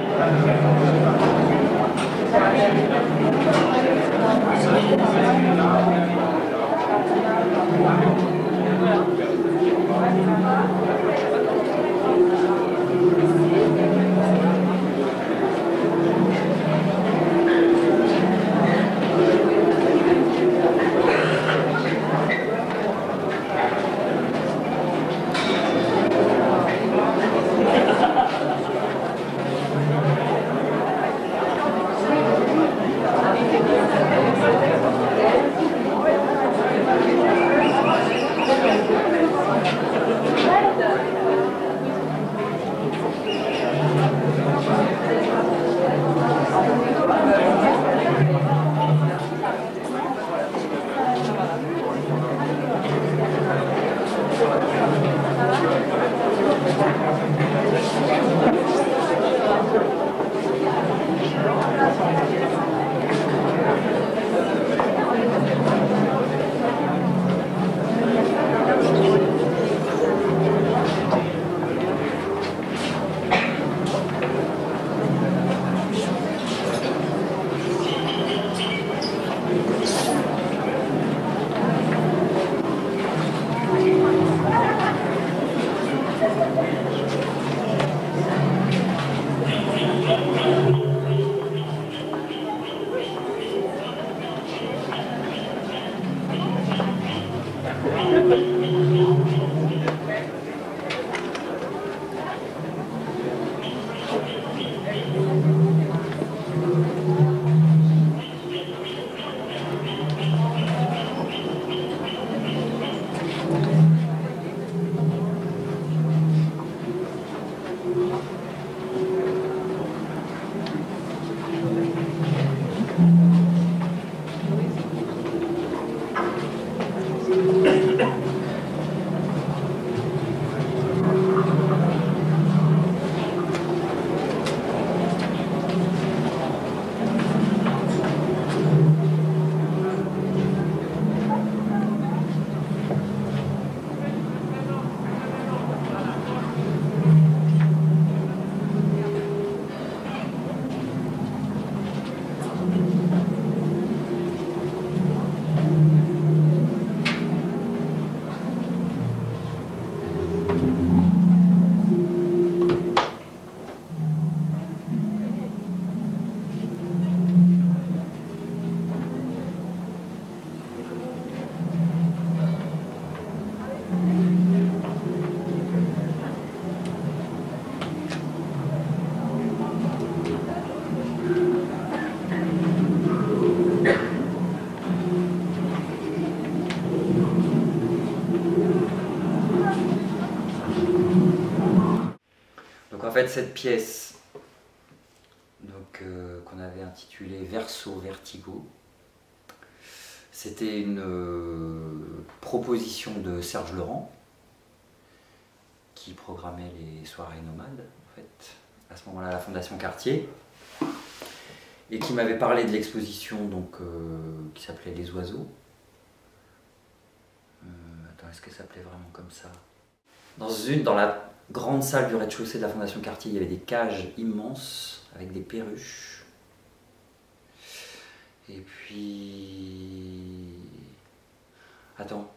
En fait, cette pièce qu'on avait intitulée Verso Vertigo, c'était une proposition de Serge Laurent qui programmait les soirées nomades en fait, à ce moment-là à la Fondation Cartier, et qui m'avait parlé de l'exposition qui s'appelait Les Oiseaux. Attends, est-ce qu'elle s'appelait vraiment comme ça? Dans la grande salle du rez-de-chaussée de la Fondation Cartier, il y avait des cages immenses avec des perruches. Et puis... Attends.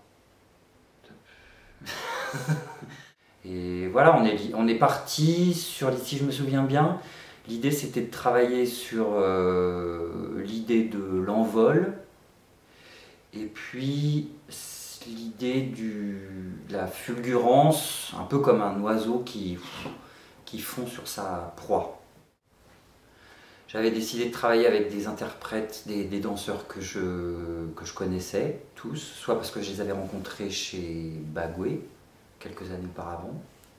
Et voilà, on est parti sur, si je me souviens bien, l'idée c'était de travailler sur l'idée de l'envol, et puis l'idée de la fulgurance, un peu comme un oiseau qui fond sur sa proie. J'avais décidé de travailler avec des interprètes, des danseurs que je connaissais tous, soit parce que je les avais rencontrés chez Bagoué quelques années auparavant,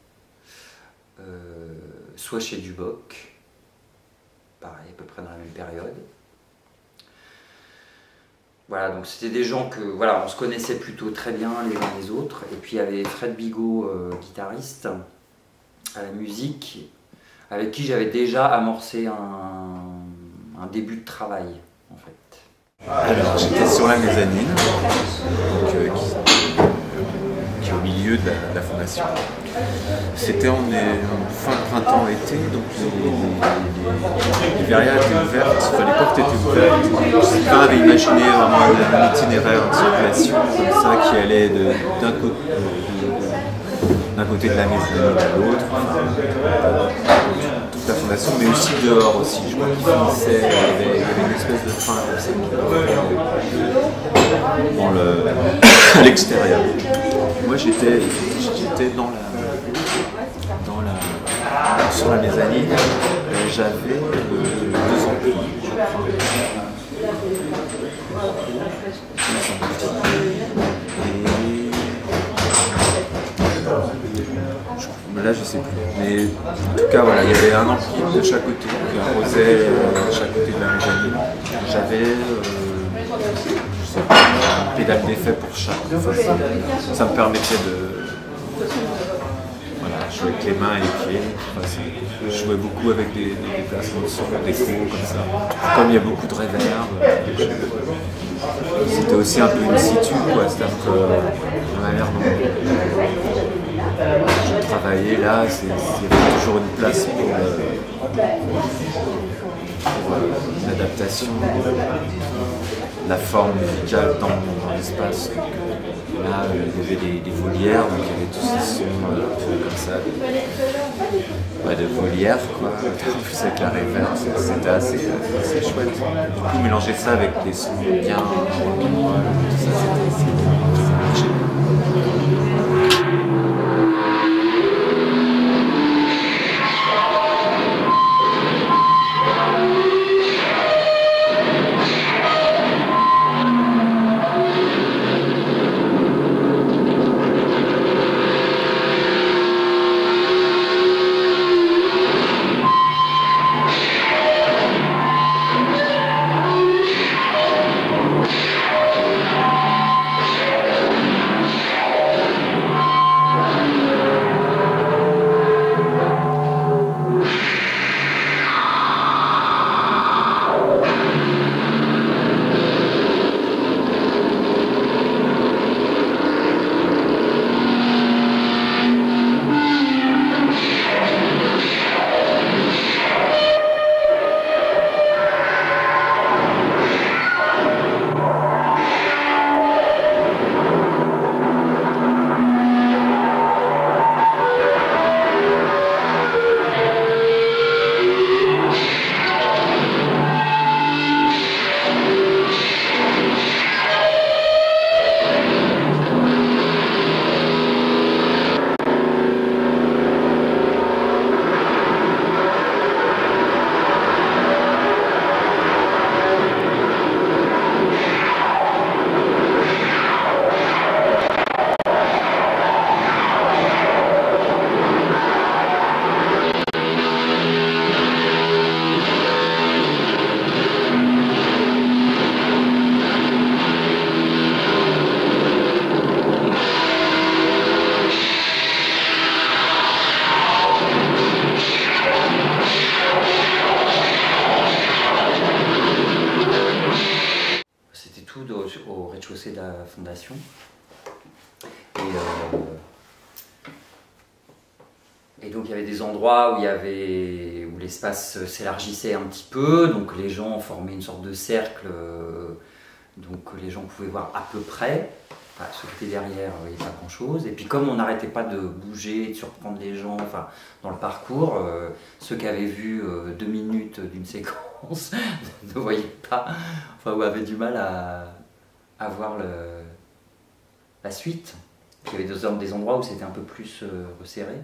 soit chez Duboc, pareil, à peu près dans la même période. Voilà, donc c'était des gens que, voilà, on se connaissait plutôt très bien les uns les autres. Et puis il y avait Fred Bigot, guitariste, à la musique, avec qui j'avais déjà amorcé un début de travail, en fait. Alors, j'étais sur la mezzanine, qui est au milieu de la fondation. C'était en fin de printemps-été, donc les verrières étaient ouvertes, enfin, les portes étaient ouvertes. Sylvain avait imaginé vraiment un itinéraire, une circulation comme ça qui allait d'un côté de la maison à l'autre, toute la fondation, mais aussi dehors aussi. Je crois qu'il finissait, il y avait une espèce de fin comme ça à l'extérieur. Moi j'étais sur la mezzanine, j'avais 2 ans de là je sais plus, mais en tout cas voilà, il y avait un ampli de chaque côté qui arrosait de chaque côté de la mezzanine. J'avais je sais pas, une pédale d'effet pour chaque. Enfin, ça me permettait de jouer avec les mains et les pieds. Enfin, je jouais beaucoup avec des déplacements de son, d'écho comme ça. Comme il y a beaucoup de réverb, c'était aussi un peu in situ, quoi. C'est-à-dire que la manière dont je travaillais là, il y avait toujours une place pour l'adaptation, la forme musicale dans l'espace. Là, il y avait des volières, donc il y avait tous ces sons un peu comme ça, de volières, quoi. En plus avec la reverb, c'était assez chouette. Du coup, mélanger ça avec des sons bien rock'n'roll, tout ça, ça marchait. Au rez-de-chaussée de la fondation. Et donc il y avait des endroits où l'espace s'élargissait un petit peu, donc les gens formaient une sorte de cercle, donc les gens pouvaient voir à peu près. Enfin, ceux qui étaient derrière, il n'y avait pas grand-chose. Et puis comme on n'arrêtait pas de bouger, de surprendre les gens, enfin, dans le parcours, ceux qui avaient vu 2 minutes d'une séquence ne voyaient pas, enfin, ou avaient du mal à voir la suite. Puis il y avait des endroits où c'était un peu plus resserré.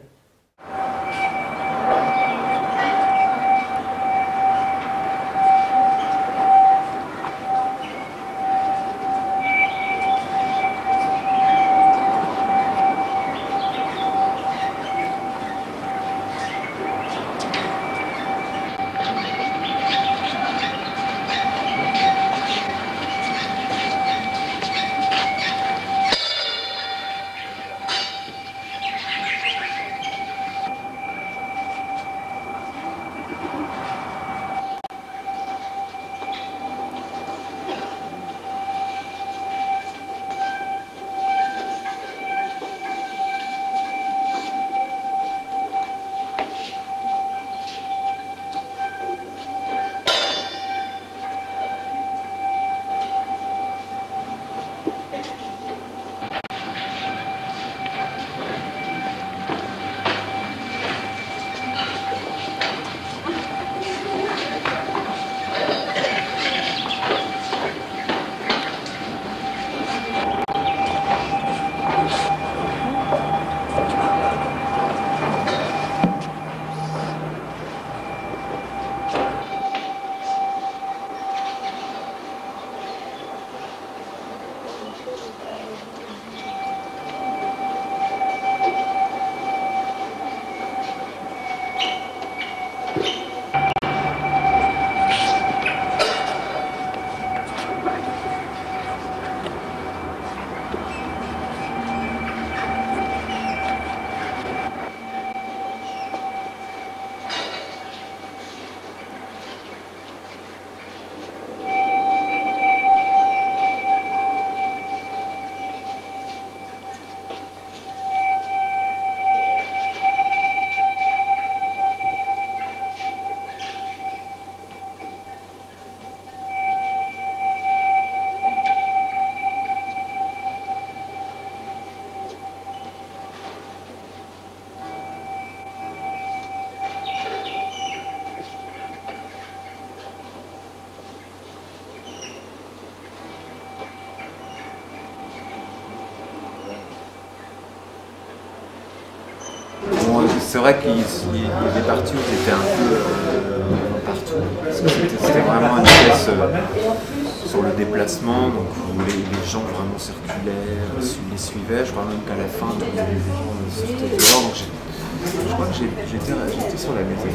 c'est vrai qu'il y a des parties où j'étais un peu partout. Parce que c'était vraiment une pièce sur le déplacement, donc où les gens vraiment circulaient, les suivaient. Je crois même qu'à la fin, les gens sortaient dehors. Donc je crois que j'étais sur la maison.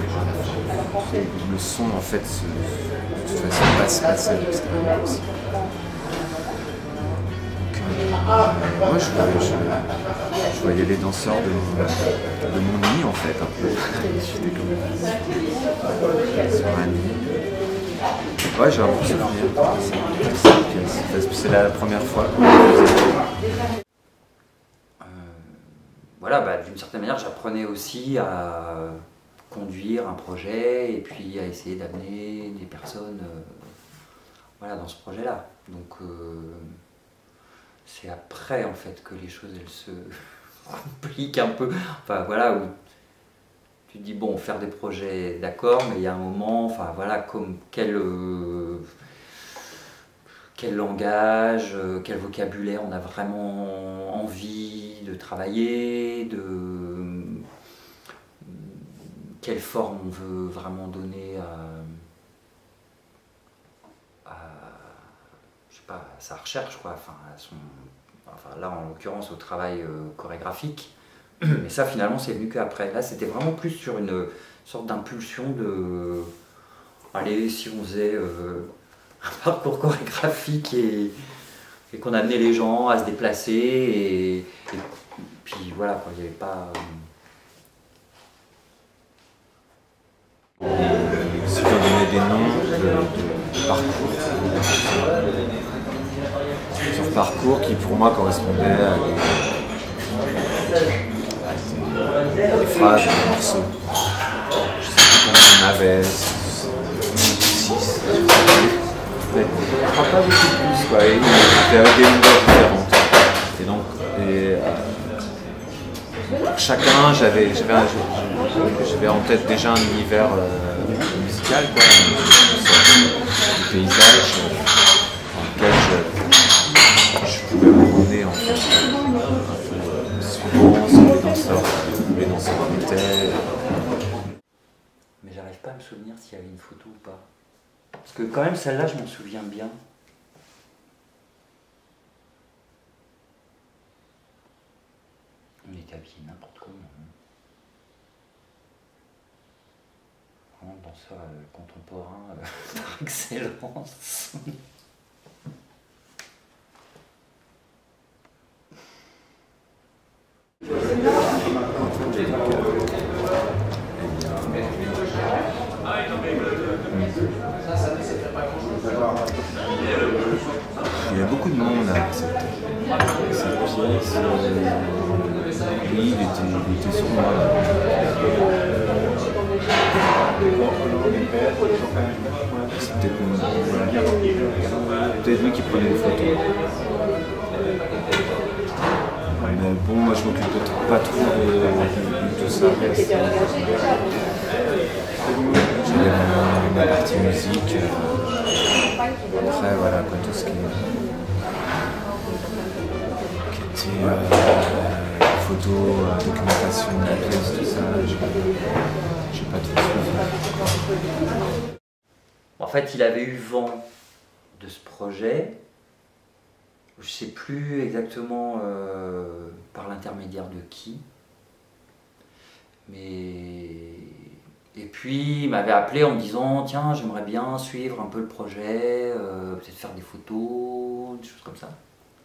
Le son, en fait, de toute façon, passait à l'extérieur aussi. Moi, je voyais les danseurs de mon lit, en fait, un peu. J'étais comme sur un lit. Ouais, j'ai un bon souvenir de cette pièce. C'est la première fois que voilà, bah, d'une certaine manière, j'apprenais aussi à conduire un projet et puis à essayer d'amener des personnes voilà, dans ce projet-là. Donc, c'est après en fait que les choses elles se compliquent un peu. Enfin voilà, où tu te dis bon, faire des projets d'accord, mais il y a un moment, enfin voilà, comme quel langage, quel vocabulaire on a vraiment envie de travailler, quelle forme on veut vraiment donner je sais pas, à sa recherche, quoi, enfin, là en l'occurrence au travail chorégraphique, mais ça finalement c'est venu qu'après. Là c'était vraiment plus sur une sorte d'impulsion de allez, si on faisait un parcours chorégraphique et qu'on amenait les gens à se déplacer et puis voilà, quoi, il n'y avait pas... Si tu donner des noms de parcours sur parcours qui pour moi correspondaient à des phrases, des morceaux. Je sais plus combien il y en avait, 6, je crois pas beaucoup plus, quoi. Et c'était avec des longueurs différentes. Et donc, chacun, j'avais en tête déjà un univers musical, quoi, des paysages dans lesquels je pouvais m'emmener en fait, suivant les danseurs étaient. Mais j'arrive pas à me souvenir s'il y avait une photo ou pas. Parce que quand même celle-là je m'en souviens bien. On était habillés n'importe comment. Vraiment danseur contemporain par excellence. Il y a beaucoup de monde à cette pièce. Oui, il était sur moi. C'est peut-être lui qui prenait les photos. Mais bon, moi je m'occupe pas trop de tout ça. J'avais ma partie musique. Après, voilà, quoi, tout ce qui était photos, documentation de la pièce, tout ça, j'ai pas tout suivi. En fait, il avait eu vent de ce projet, je sais plus exactement par l'intermédiaire de qui, mais... Et puis il m'avait appelé en me disant tiens, j'aimerais bien suivre un peu le projet, peut-être faire des photos, des choses comme ça.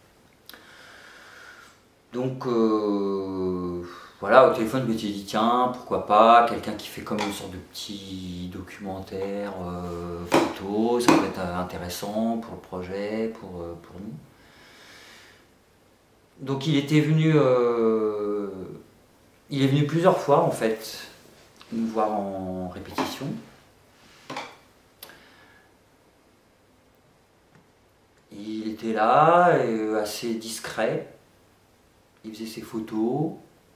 Donc voilà, au téléphone je m'étais dit tiens, pourquoi pas, quelqu'un qui fait comme une sorte de petit documentaire photo, ça peut être intéressant pour le projet, pour nous. Donc il est venu plusieurs fois en fait nous voir en répétition. Il était là, assez discret, il faisait ses photos,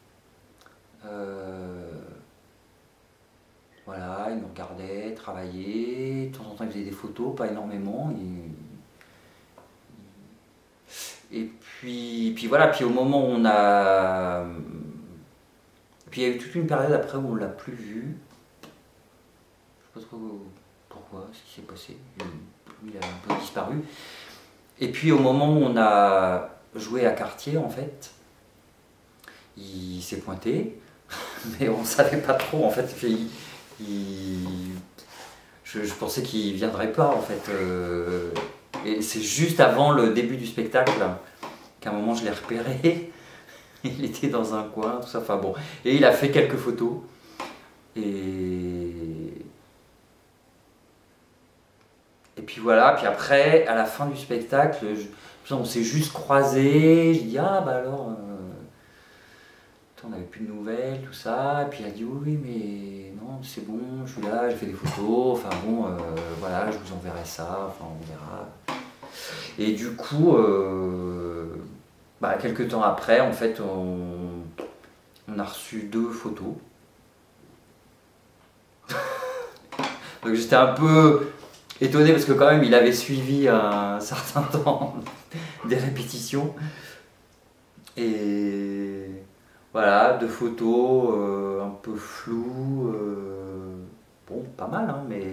voilà, il nous regardait travailler, de temps en temps il faisait des photos, pas énormément, et puis voilà, puis au moment où on a... puis il y a eu toute une période après où on l'a plus vu. Je sais pas trop pourquoi, ce qui s'est passé. Il a un peu disparu. Et puis au moment où on a joué à Cartier, en fait, il s'est pointé, mais on ne savait pas trop, en fait. Je pensais qu'il ne viendrait pas, en fait. Et c'est juste avant le début du spectacle qu'à un moment je l'ai repéré. Il était dans un coin, tout ça. Enfin bon. Et il a fait quelques photos. Et puis voilà. Puis après, à la fin du spectacle, on s'est juste croisés. J'ai dit, ah bah alors, on n'avait plus de nouvelles, tout ça. Et puis il a dit, oui, mais non, c'est bon, je suis là, j'ai fait des photos. Enfin bon, voilà, je vous enverrai ça. Enfin, on verra. Et du coup, quelques temps après, en fait, on a reçu 2 photos. Donc j'étais un peu étonné parce que quand même, il avait suivi un certain temps des répétitions. Et voilà, 2 photos un peu floues. Bon, pas mal, hein, mais...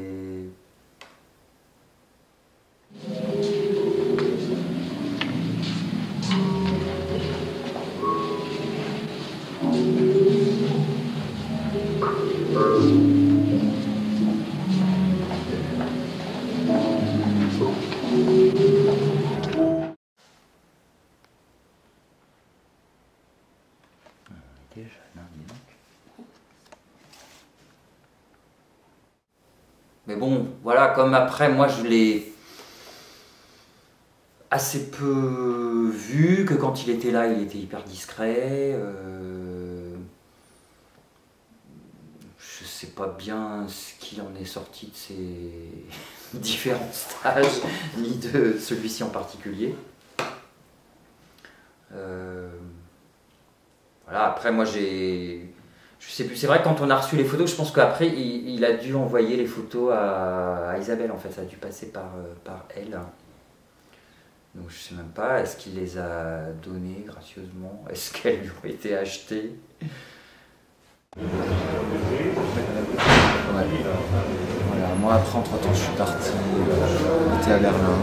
Mais bon, voilà, comme après, moi je l'ai assez peu vu, que quand il était là, il était hyper discret. Je sais pas bien ce qu'il en est sorti de ses différents stages, ni de celui-ci en particulier. Voilà, après moi j'ai... Je sais plus, c'est vrai que quand on a reçu les photos, je pense qu'après il a dû envoyer les photos à Isabelle, en fait, ça a dû passer par elle. Donc je sais même pas, est-ce qu'il les a données gracieusement? Est-ce qu'elles lui ont été achetées? Ouais. Voilà, moi après entre-temps je suis parti, j'étais à Berlin,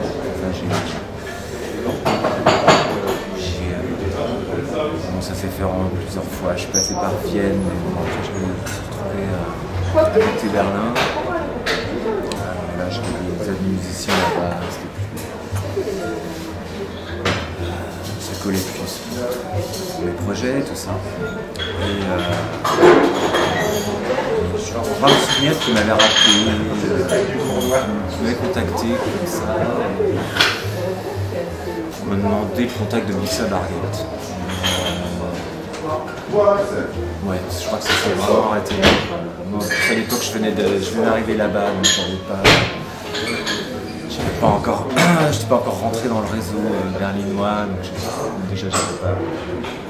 bon, ça s'est fait en plusieurs fois, je suis passé par Vienne, mais bon, après je me suis retrouvé à côté Berlin. Là j'avais des amis musiciens là-bas, ça collait plus sur les projets et tout ça. Et je suis en train de me souvenir qu'il m'avait rappelé, qu'il m'avait contacté comme ça. On m'a demandé le contact de Mélissa Barguette. Ouais, je crois que ça s'est vraiment arrêté. À l'époque, je venais d'arriver là-bas, donc j'étais pas encore rentré dans le réseau berlinois, donc déjà j'avais pas